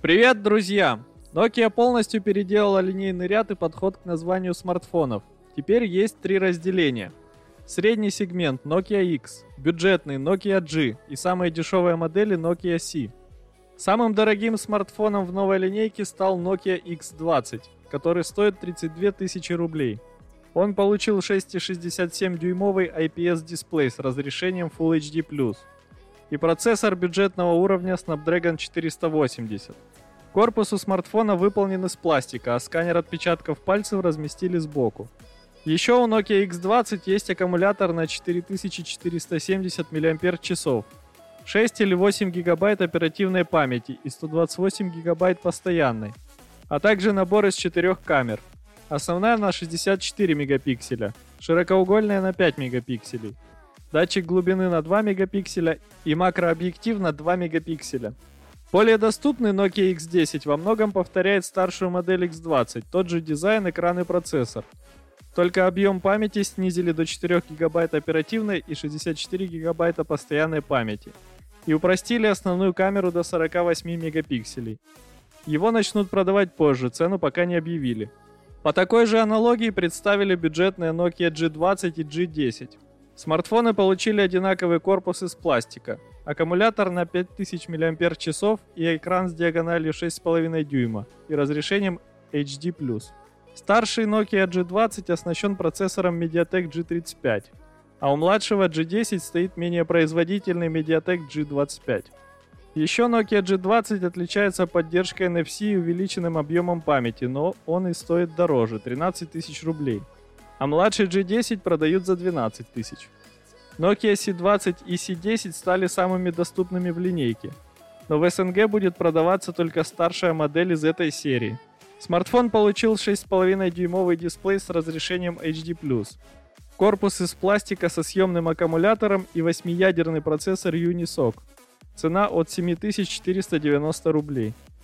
Привет, друзья! Nokia полностью переделала линейный ряд и подход к названию смартфонов. Теперь есть три разделения. Средний сегмент Nokia X, бюджетный Nokia G и самые дешевые модели Nokia C. Самым дорогим смартфоном в новой линейке стал Nokia X20, который стоит 32 тысячи рублей. Он получил 6,67-дюймовый IPS-дисплей с разрешением Full HD+, и процессор бюджетного уровня Snapdragon 480. Корпус у смартфона выполнен из пластика, а сканер отпечатков пальцев разместили сбоку. Еще у Nokia X20 есть аккумулятор на 4470 мАч, 6 или 8 ГБ оперативной памяти и 128 ГБ постоянной, а также набор из 4 камер. Основная на 64 мегапикселя, широкоугольная на 5 мегапикселей, датчик глубины на 2 мегапикселя и макрообъектив на 2 мегапикселя. Более доступный Nokia X10 во многом повторяет старшую модель X20, тот же дизайн, экран и процессор. Только объем памяти снизили до 4 ГБ оперативной и 64 ГБ постоянной памяти. И упростили основную камеру до 48 мегапикселей. Его начнут продавать позже, цену пока не объявили. По такой же аналогии представили бюджетные Nokia G20 и G10. Смартфоны получили одинаковый корпус из пластика, аккумулятор на 5000 мАч и экран с диагональю 6,5 дюйма и разрешением HD+. Старший Nokia G20 оснащен процессором MediaTek G35, а у младшего G10 стоит менее производительный MediaTek G25. Еще Nokia G20 отличается поддержкой NFC и увеличенным объемом памяти, но он и стоит дороже – 13 тысяч рублей. А младший G10 продают за 12 тысяч. Nokia C20 и C10 стали самыми доступными в линейке, но в СНГ будет продаваться только старшая модель из этой серии. Смартфон получил 6,5-дюймовый дисплей с разрешением HD+, корпус из пластика со съемным аккумулятором и 8-ядерный процессор Unisoc. Цена от 7490 рублей.